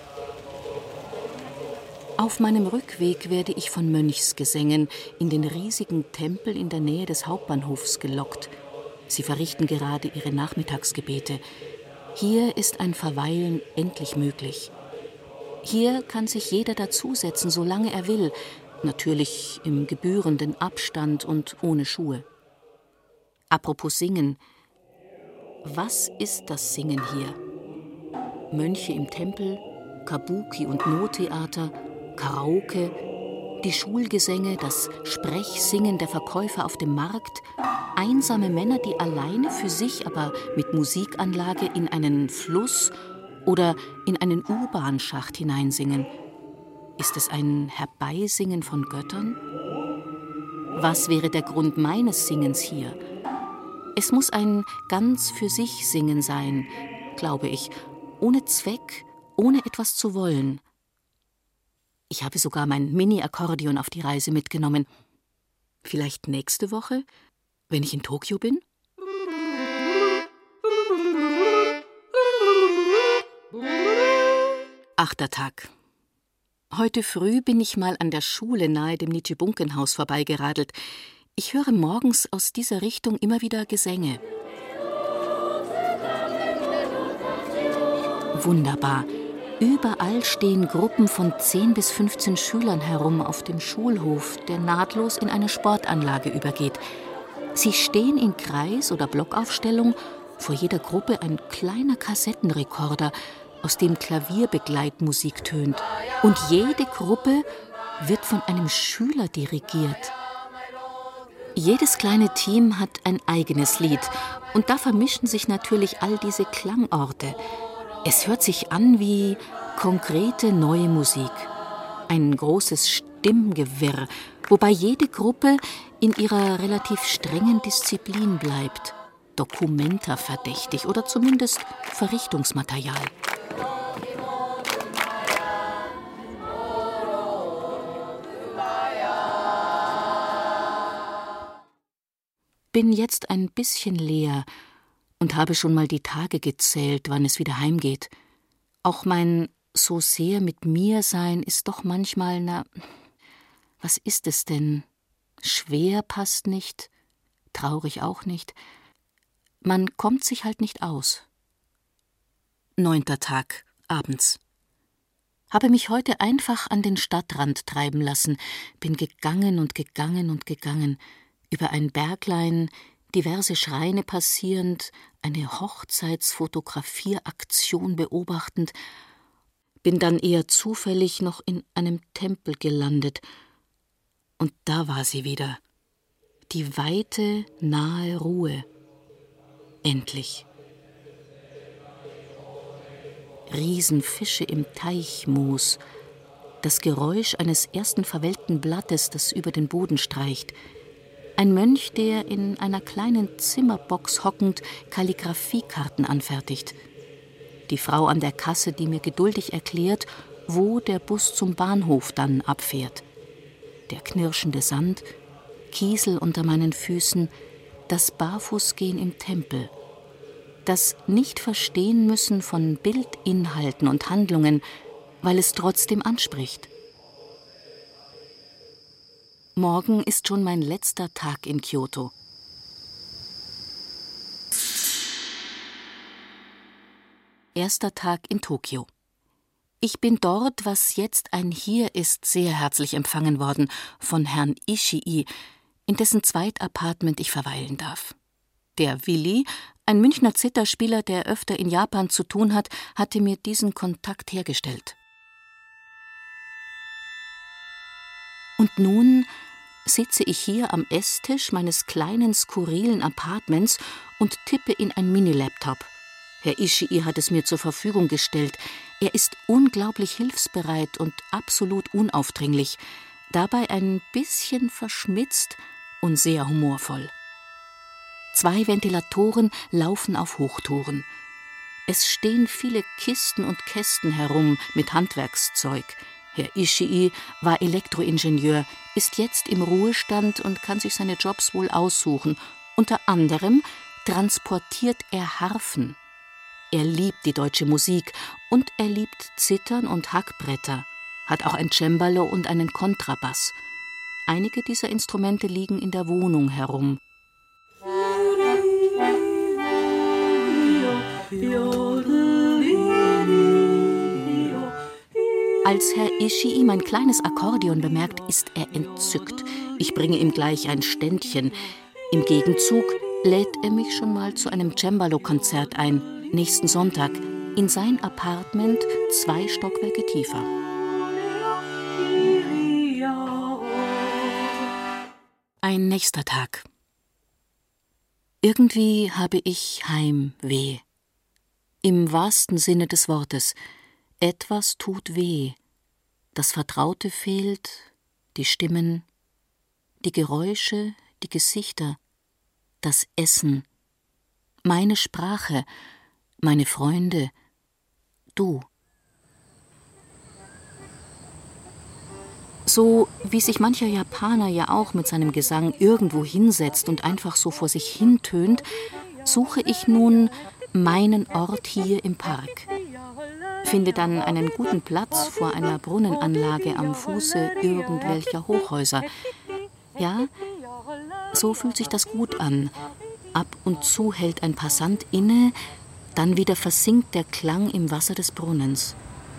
Auf meinem Rückweg werde ich von Mönchsgesängen in den riesigen Tempel in der Nähe des Hauptbahnhofs gelockt. Sie verrichten gerade ihre Nachmittagsgebete. Hier ist ein Verweilen endlich möglich. Hier kann sich jeder dazusetzen, solange er will, natürlich im gebührenden Abstand und ohne Schuhe. Apropos Singen. Was ist das Singen hier? Mönche im Tempel, Kabuki- und No-Theater, Karaoke, die Schulgesänge, das Sprechsingen der Verkäufer auf dem Markt, einsame Männer, die alleine für sich, aber mit Musikanlage in einen Fluss oder in einen U-Bahn-Schacht hineinsingen. Ist es ein Herbeisingen von Göttern? Was wäre der Grund meines Singens hier? Es muss ein ganz für sich Singen sein, glaube ich, ohne Zweck, ohne etwas zu wollen. Ich habe sogar mein Mini-Akkordeon auf die Reise mitgenommen. Vielleicht nächste Woche, wenn ich in Tokio bin? Achter Tag. Heute früh bin ich mal an der Schule nahe dem Nichibunken-Haus vorbeigeradelt. Ich höre morgens aus dieser Richtung immer wieder Gesänge. Wunderbar. Überall stehen Gruppen von zehn bis fünfzehn Schülern herum auf dem Schulhof, der nahtlos in eine Sportanlage übergeht. Sie stehen in Kreis- oder Blockaufstellung, vor jeder Gruppe ein kleiner Kassettenrekorder, aus dem Klavierbegleitmusik tönt. Und jede Gruppe wird von einem Schüler dirigiert. Jedes kleine Team hat ein eigenes Lied und da vermischen sich natürlich all diese Klangorte. Es hört sich an wie konkrete neue Musik. Ein großes Stimmgewirr, wobei jede Gruppe in ihrer relativ strengen Disziplin bleibt. Documenta verdächtig oder zumindest Verrichtungsmaterial. Bin jetzt ein bisschen leer und habe schon mal die Tage gezählt, wann es wieder heimgeht. Auch mein so sehr mit mir sein ist doch manchmal, na, was ist es denn? Schwer passt nicht, traurig auch nicht. Man kommt sich halt nicht aus. Neunter Tag, abends. Habe mich heute einfach an den Stadtrand treiben lassen, bin gegangen und gegangen und gegangen, über ein Berglein, diverse Schreine passierend, eine Hochzeitsfotografieraktion beobachtend, bin dann eher zufällig noch in einem Tempel gelandet. Und da war sie wieder. Die weite, nahe Ruhe. Endlich. Riesenfische im Teichmoos. Das Geräusch eines ersten verwelkten Blattes, das über den Boden streicht. Ein Mönch, der in einer kleinen Zimmerbox hockend Kalligraphiekarten anfertigt. Die Frau an der Kasse, die mir geduldig erklärt, wo der Bus zum Bahnhof dann abfährt. Der knirschende Sand, Kiesel unter meinen Füßen, das Barfußgehen im Tempel. Das Nicht-Verstehen müssen von Bildinhalten und Handlungen, weil es trotzdem anspricht. Morgen ist schon mein letzter Tag in Kyoto. Erster Tag in Tokio. Ich bin dort, was jetzt ein Hier ist, sehr herzlich empfangen worden von Herrn Ishii, in dessen Zweitapartment ich verweilen darf. Der Willi, ein Münchner Zitherspieler, der öfter in Japan zu tun hat, hatte mir diesen Kontakt hergestellt. Und nun sitze ich hier am Esstisch meines kleinen, skurrilen Appartements und tippe in ein Mini-Laptop. Herr Ishii hat es mir zur Verfügung gestellt. Er ist unglaublich hilfsbereit und absolut unaufdringlich, dabei ein bisschen verschmitzt und sehr humorvoll. Zwei Ventilatoren laufen auf Hochtouren. Es stehen viele Kisten und Kästen herum mit Handwerkszeug. Herr Ishii war Elektroingenieur, ist jetzt im Ruhestand und kann sich seine Jobs wohl aussuchen. Unter anderem transportiert er Harfen. Er liebt die deutsche Musik und er liebt Zithern und Hackbretter, hat auch ein Cembalo und einen Kontrabass. Einige dieser Instrumente liegen in der Wohnung herum. Als Herr Ishii mein kleines Akkordeon bemerkt, ist er entzückt. Ich bringe ihm gleich ein Ständchen. Im Gegenzug lädt er mich schon mal zu einem Cembalo-Konzert ein, nächsten Sonntag, in sein Appartement zwei Stockwerke tiefer. Ein nächster Tag. Irgendwie habe ich Heimweh. Im wahrsten Sinne des Wortes. Etwas tut weh. Das Vertraute fehlt, die Stimmen, die Geräusche, die Gesichter, das Essen, meine Sprache, meine Freunde, du. So wie sich mancher Japaner ja auch mit seinem Gesang irgendwo hinsetzt und einfach so vor sich hintönt, suche ich nun meinen Ort hier im Park. Finde dann einen guten Platz vor einer Brunnenanlage am Fuße irgendwelcher Hochhäuser. Ja, so fühlt sich das gut an. Ab und zu hält ein Passant inne, dann wieder versinkt der Klang im Wasser des Brunnens.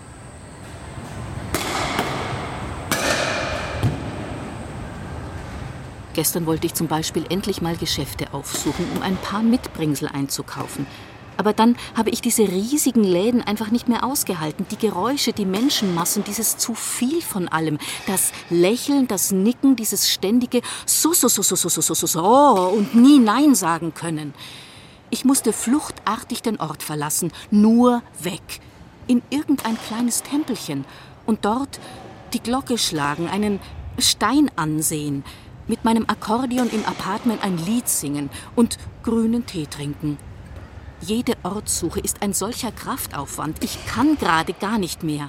Gestern wollte ich zum Beispiel endlich mal Geschäfte aufsuchen, um ein paar Mitbringsel einzukaufen. Aber dann habe ich diese riesigen Läden einfach nicht mehr ausgehalten. Die Geräusche, die Menschenmassen, dieses zu viel von allem. Das Lächeln, das Nicken, dieses ständige so, so, so, so, so, so, so, so, so und nie Nein sagen können. Ich musste fluchtartig den Ort verlassen, nur weg. In irgendein kleines Tempelchen. Und dort die Glocke schlagen, einen Stein ansehen, mit meinem Akkordeon im Appartement ein Lied singen und grünen Tee trinken. Jede Ortssuche ist ein solcher Kraftaufwand. Ich kann gerade gar nicht mehr.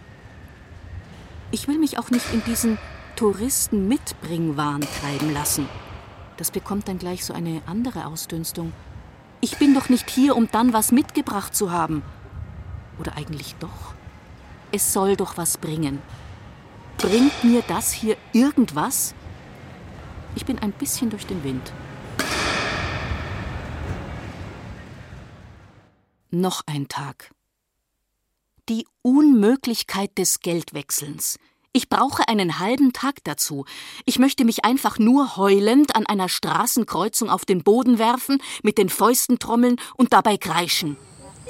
Ich will mich auch nicht in diesen Touristen-Mitbringwahn treiben lassen. Das bekommt dann gleich so eine andere Ausdünstung. Ich bin doch nicht hier, um dann was mitgebracht zu haben. Oder eigentlich doch? Es soll doch was bringen. Bringt mir das hier irgendwas? Ich bin ein bisschen durch den Wind. Noch ein Tag. Die Unmöglichkeit des Geldwechselns. Ich brauche einen halben Tag dazu. Ich möchte mich einfach nur heulend an einer Straßenkreuzung auf den Boden werfen, mit den Fäusten trommeln und dabei kreischen.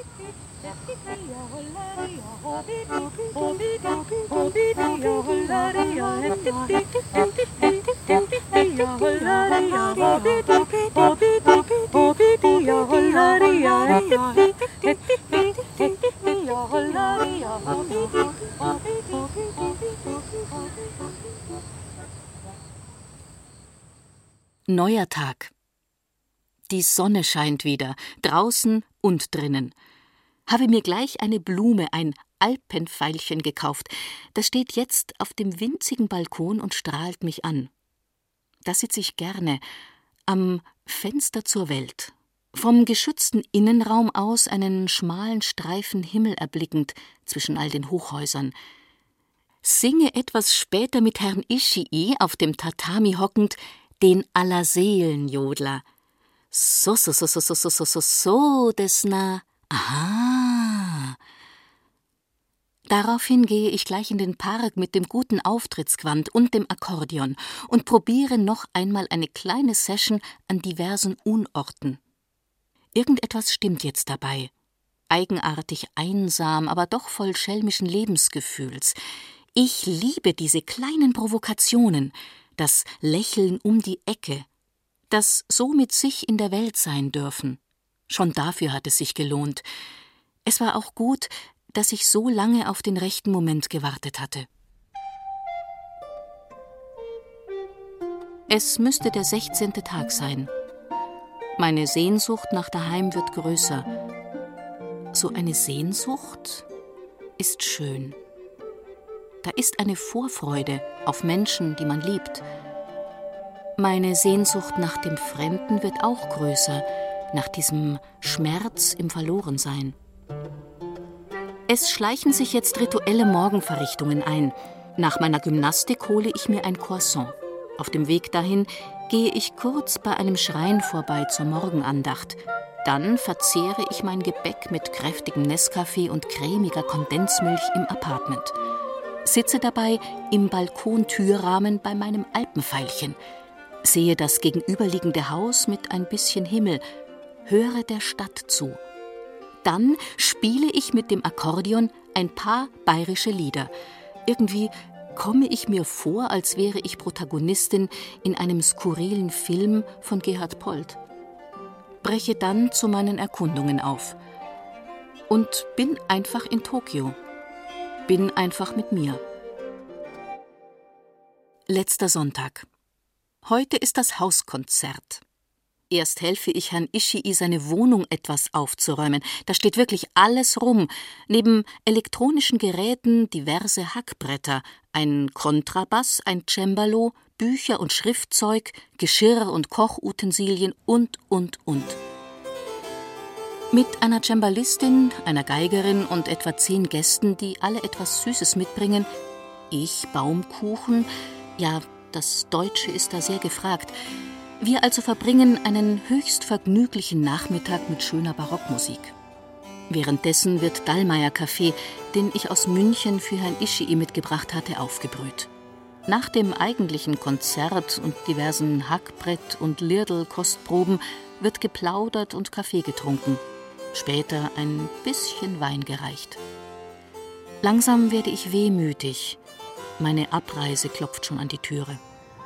Neuer Tag. Die Sonne scheint wieder, draußen und drinnen. Habe mir gleich eine Blume, ein Alpenveilchen gekauft. Das steht jetzt auf dem winzigen Balkon und strahlt mich an. Da sitze ich gerne, am Fenster zur Welt. Vom geschützten Innenraum aus einen schmalen Streifen Himmel erblickend zwischen all den Hochhäusern. Singe etwas später mit Herrn Ishii auf dem Tatami hockend den Allerseelenjodler. So, so, so, so, so, so, so, so, so, desu na. Aha. Daraufhin gehe ich gleich in den Park mit dem guten Auftrittsquant und dem Akkordeon und probiere noch einmal eine kleine Session an diversen Unorten. Irgendetwas stimmt jetzt dabei. Eigenartig einsam, aber doch voll schelmischen Lebensgefühls. Ich liebe diese kleinen Provokationen, das Lächeln um die Ecke, das so mit sich in der Welt sein dürfen. Schon dafür hat es sich gelohnt. Es war auch gut, dass ich so lange auf den rechten Moment gewartet hatte. Es müsste der sechzehnte Tag sein. Meine Sehnsucht nach daheim wird größer. So eine Sehnsucht ist schön. Da ist eine Vorfreude auf Menschen, die man liebt. Meine Sehnsucht nach dem Fremden wird auch größer, nach diesem Schmerz im Verlorensein. Es schleichen sich jetzt rituelle Morgenverrichtungen ein. Nach meiner Gymnastik hole ich mir ein Croissant. Auf dem Weg dahin gehe ich kurz bei einem Schrein vorbei zur Morgenandacht. Dann verzehre ich mein Gebäck mit kräftigem Nescafé und cremiger Kondensmilch im Apartment. Sitze dabei im Balkontürrahmen bei meinem Alpenveilchen, sehe das gegenüberliegende Haus mit ein bisschen Himmel, höre der Stadt zu. Dann spiele ich mit dem Akkordeon ein paar bayerische Lieder. Irgendwie komme ich mir vor, als wäre ich Protagonistin in einem skurrilen Film von Gerhard Polt. Breche dann zu meinen Erkundungen auf und bin einfach in Tokio. Bin einfach mit mir. Letzter Sonntag. Heute ist das Hauskonzert. Erst helfe ich Herrn Ishii, seine Wohnung etwas aufzuräumen. Da steht wirklich alles rum. Neben elektronischen Geräten diverse Hackbretter, ein Kontrabass, ein Cembalo, Bücher und Schriftzeug, Geschirr und Kochutensilien und, und, und. Mit einer Cembalistin, einer Geigerin und etwa zehn Gästen, die alle etwas Süßes mitbringen. Ich Baumkuchen, ja, das Deutsche ist da sehr gefragt. Wir also verbringen einen höchst vergnüglichen Nachmittag mit schöner Barockmusik. Währenddessen wird Dallmayr-Kaffee, den ich aus München für Herrn Ishii mitgebracht hatte, aufgebrüht. Nach dem eigentlichen Konzert und diversen Hackbrett- und Lirdl-Kostproben wird geplaudert und Kaffee getrunken. Später ein bisschen Wein gereicht. Langsam werde ich wehmütig. Meine Abreise klopft schon an die Türe.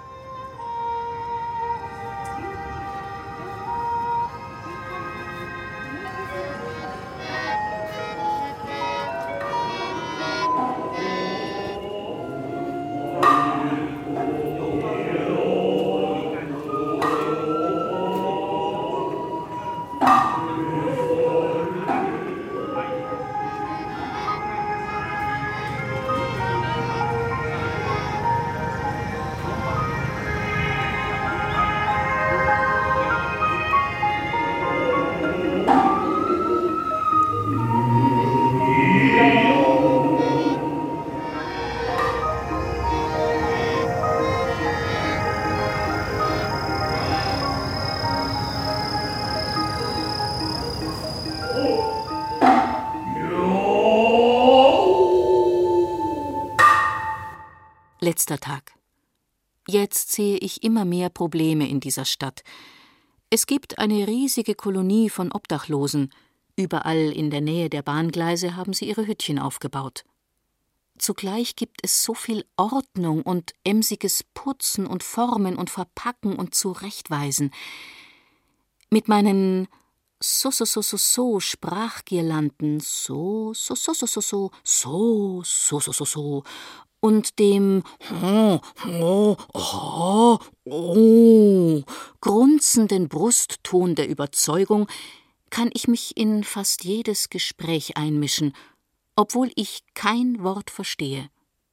Letzter Tag. Jetzt sehe ich immer mehr Probleme in dieser Stadt. Es gibt eine riesige Kolonie von Obdachlosen. Überall in der Nähe der Bahngleise haben sie ihre Hüttchen aufgebaut. Zugleich gibt es so viel Ordnung und emsiges Putzen und Formen und Verpacken und Zurechtweisen. Mit meinen so so so so so Sprachgirlanden so so so so so so so so so so so und dem oh, oh, oh, oh, grunzenden Brustton der Überzeugung kann ich mich in fast jedes Gespräch einmischen, obwohl ich kein Wort verstehe.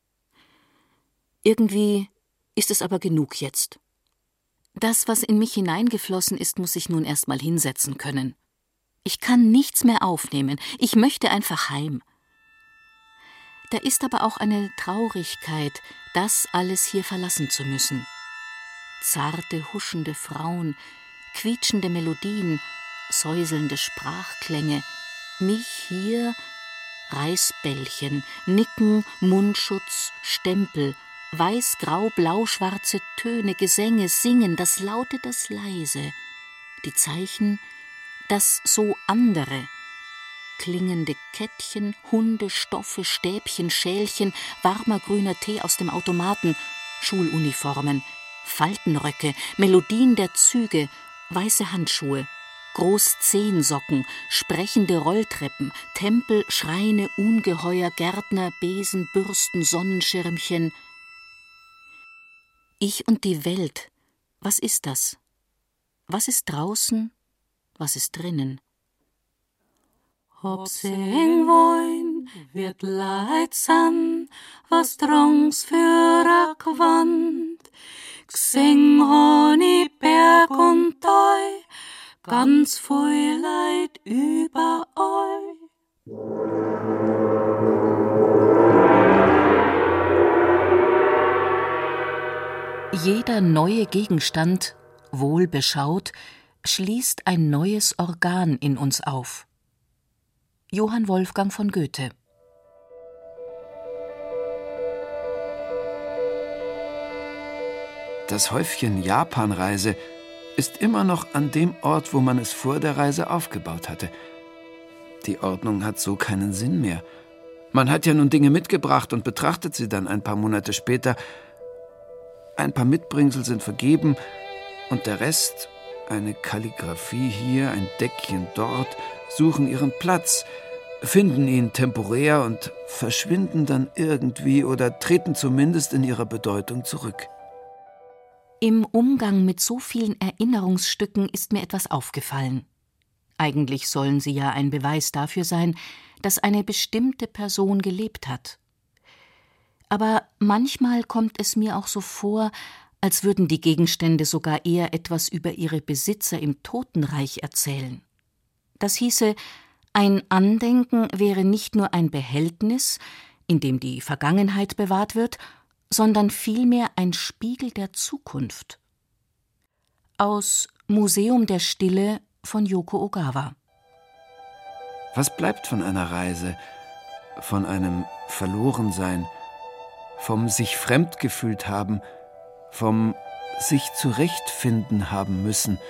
Irgendwie ist es aber genug jetzt. Das, was in mich hineingeflossen ist, muss ich nun erst mal hinsetzen können. Ich kann nichts mehr aufnehmen. Ich möchte einfach heim. Da ist aber auch eine Traurigkeit, das alles hier verlassen zu müssen. Zarte, huschende Frauen, quietschende Melodien, säuselnde Sprachklänge, mich hier, Reisbällchen, Nicken, Mundschutz, Stempel, weiß, grau, blau, schwarze Töne, Gesänge, Singen, das Laute, das Leise, die Zeichen, das so andere, klingende Kettchen, Hunde, Stoffe, Stäbchen, Schälchen, warmer grüner Tee aus dem Automaten, Schuluniformen, Faltenröcke, Melodien der Züge, weiße Handschuhe, Großzehensocken, sprechende Rolltreppen, Tempel, Schreine, Ungeheuer, Gärtner, Besen, Bürsten, Sonnenschirmchen. Ich und die Welt, was ist das? Was ist draußen, was ist drinnen?
Ob sing wollen, wird leid san, was drongs für a Quant. Gsing honi Berg und Tal, ganz voll Leid überall.
Jeder neue Gegenstand, wohl beschaut, schließt ein neues Organ in uns auf. Johann Wolfgang von Goethe.
Das Häufchen Japanreise ist immer noch an dem Ort, wo man es vor der Reise aufgebaut hatte. Die Ordnung hat so keinen Sinn mehr. Man hat ja nun Dinge mitgebracht und betrachtet sie dann ein paar Monate später. Ein paar Mitbringsel sind vergeben und der Rest, eine Kalligraphie hier, ein Deckchen dort, suchen ihren Platz, finden ihn temporär und verschwinden dann irgendwie oder treten zumindest in ihrer Bedeutung zurück.
Im Umgang mit so vielen Erinnerungsstücken ist mir etwas aufgefallen. Eigentlich sollen sie ja ein Beweis dafür sein, dass eine bestimmte Person gelebt hat. Aber manchmal kommt es mir auch so vor, als würden die Gegenstände sogar eher etwas über ihre Besitzer im Totenreich erzählen. Das hieße, ein Andenken wäre nicht nur ein Behältnis, in dem die Vergangenheit bewahrt wird, sondern vielmehr ein Spiegel der Zukunft. Aus Museum der Stille von Yoko Ogawa.
Was bleibt von einer Reise, von einem Verlorensein, vom sich fremd gefühlt haben, vom sich zurechtfinden haben müssen?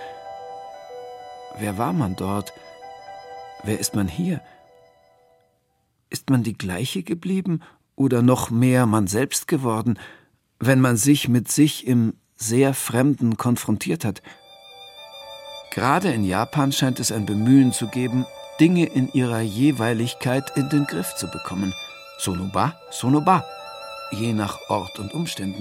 Wer war man dort? Wer ist man hier? Ist man die gleiche geblieben oder noch mehr man selbst geworden, wenn man sich mit sich im sehr Fremden konfrontiert hat? Gerade in Japan scheint es ein Bemühen zu geben, Dinge in ihrer Jeweiligkeit in den Griff zu bekommen. Sonoba, sonoba, je nach Ort und Umständen.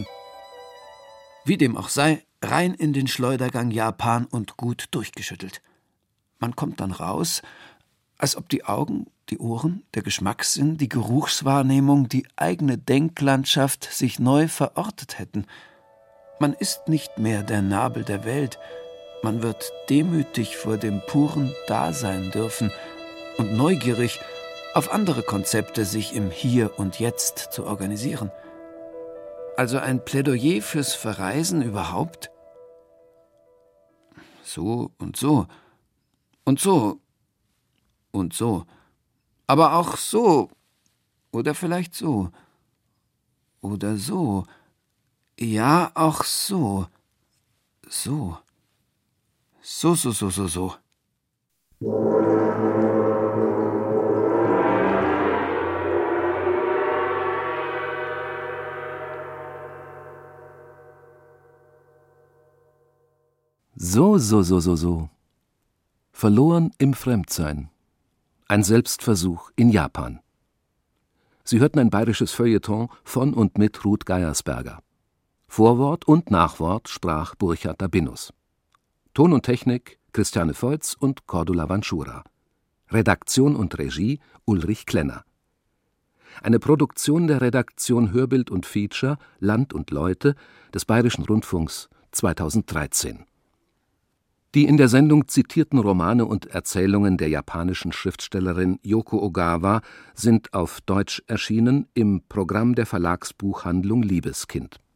Wie dem auch sei, rein in den Schleudergang Japan und gut durchgeschüttelt. Man kommt dann raus, als ob die Augen, die Ohren, der Geschmackssinn, die Geruchswahrnehmung, die eigene Denklandschaft sich neu verortet hätten. Man ist nicht mehr der Nabel der Welt. Man wird demütig vor dem puren Dasein dürfen und neugierig auf andere Konzepte, sich im Hier und Jetzt zu organisieren. Also ein Plädoyer fürs Verreisen überhaupt? So und so und so und so, aber auch so oder vielleicht so oder so, ja auch so, so, so, so, so, so, so.
So, so, so, so, so. Verloren im Fremdsein. Ein Selbstversuch in Japan. Sie hörten ein bayerisches Feuilleton von und mit Ruth Geiersberger. Vorwort und Nachwort sprach Burchard Dabinus. Ton und Technik Christiane Volz und Cordula Vanschura. Redaktion und Regie Ulrich Klenner. Eine Produktion der Redaktion Hörbild und Feature Land und Leute des Bayerischen Rundfunks zweitausenddreizehn. Die in der Sendung zitierten Romane und Erzählungen der japanischen Schriftstellerin Yoko Ogawa sind auf Deutsch erschienen im Programm der Verlagsbuchhandlung Liebeskind.